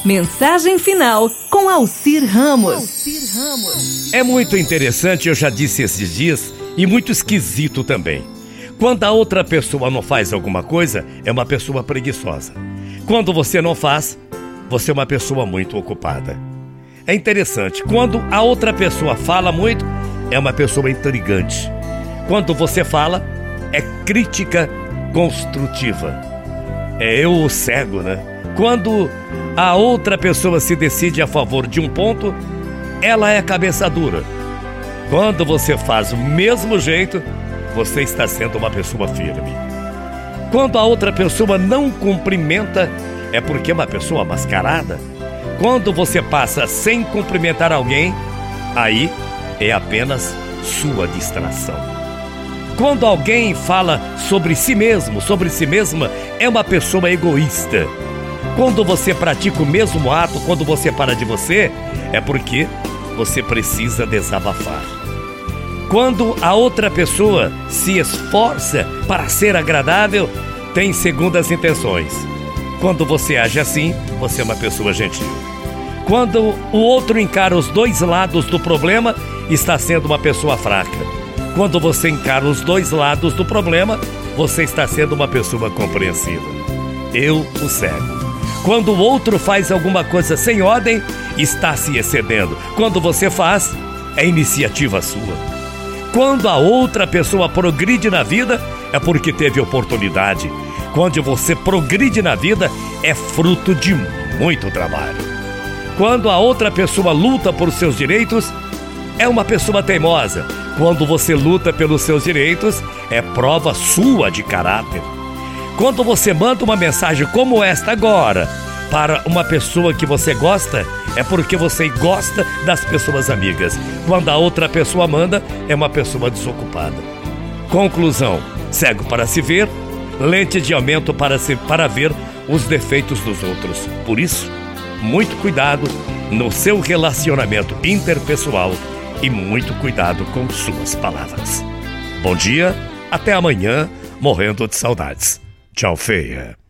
Mensagem final com Alcir Ramos. É muito interessante, eu já disse esses dias, e muito esquisito também. Quando a outra pessoa não faz alguma coisa, é uma pessoa preguiçosa. Quando você não faz, você é uma pessoa muito ocupada. É interessante, quando a outra pessoa fala muito, é uma pessoa intrigante. Quando você fala, é crítica construtiva. É eu o cego, né? Quando a outra pessoa se decide a favor de um ponto, ela é cabeça dura. Quando você faz o mesmo jeito, você está sendo uma pessoa firme. Quando a outra pessoa não cumprimenta, é porque é uma pessoa mascarada. Quando você passa sem cumprimentar alguém, aí é apenas sua distração. Quando alguém fala sobre si mesmo, sobre si mesma, é uma pessoa egoísta. Quando você pratica o mesmo ato, quando você fala de você, é porque você precisa desabafar. Quando a outra pessoa se esforça para ser agradável, tem segundas intenções. Quando você age assim, você é uma pessoa gentil. Quando o outro encara os dois lados do problema, está sendo uma pessoa fraca. Quando você encara os dois lados do problema, você está sendo uma pessoa compreensiva. Eu o cego. Quando o outro faz alguma coisa sem ordem, está se excedendo. Quando você faz, é iniciativa sua. Quando a outra pessoa progride na vida, é porque teve oportunidade. Quando você progride na vida, é fruto de muito trabalho. Quando a outra pessoa luta por seus direitos, é uma pessoa teimosa. Quando você luta pelos seus direitos, é prova sua de caráter. Quando você manda uma mensagem como esta agora para uma pessoa que você gosta, é porque você gosta das pessoas amigas. Quando a outra pessoa manda, é uma pessoa desocupada. Conclusão: cego para se ver, lente de aumento para ver os defeitos dos outros. Por isso, muito cuidado no seu relacionamento interpessoal e muito cuidado com suas palavras. Bom dia, até amanhã, morrendo de saudades. Tchau, feia.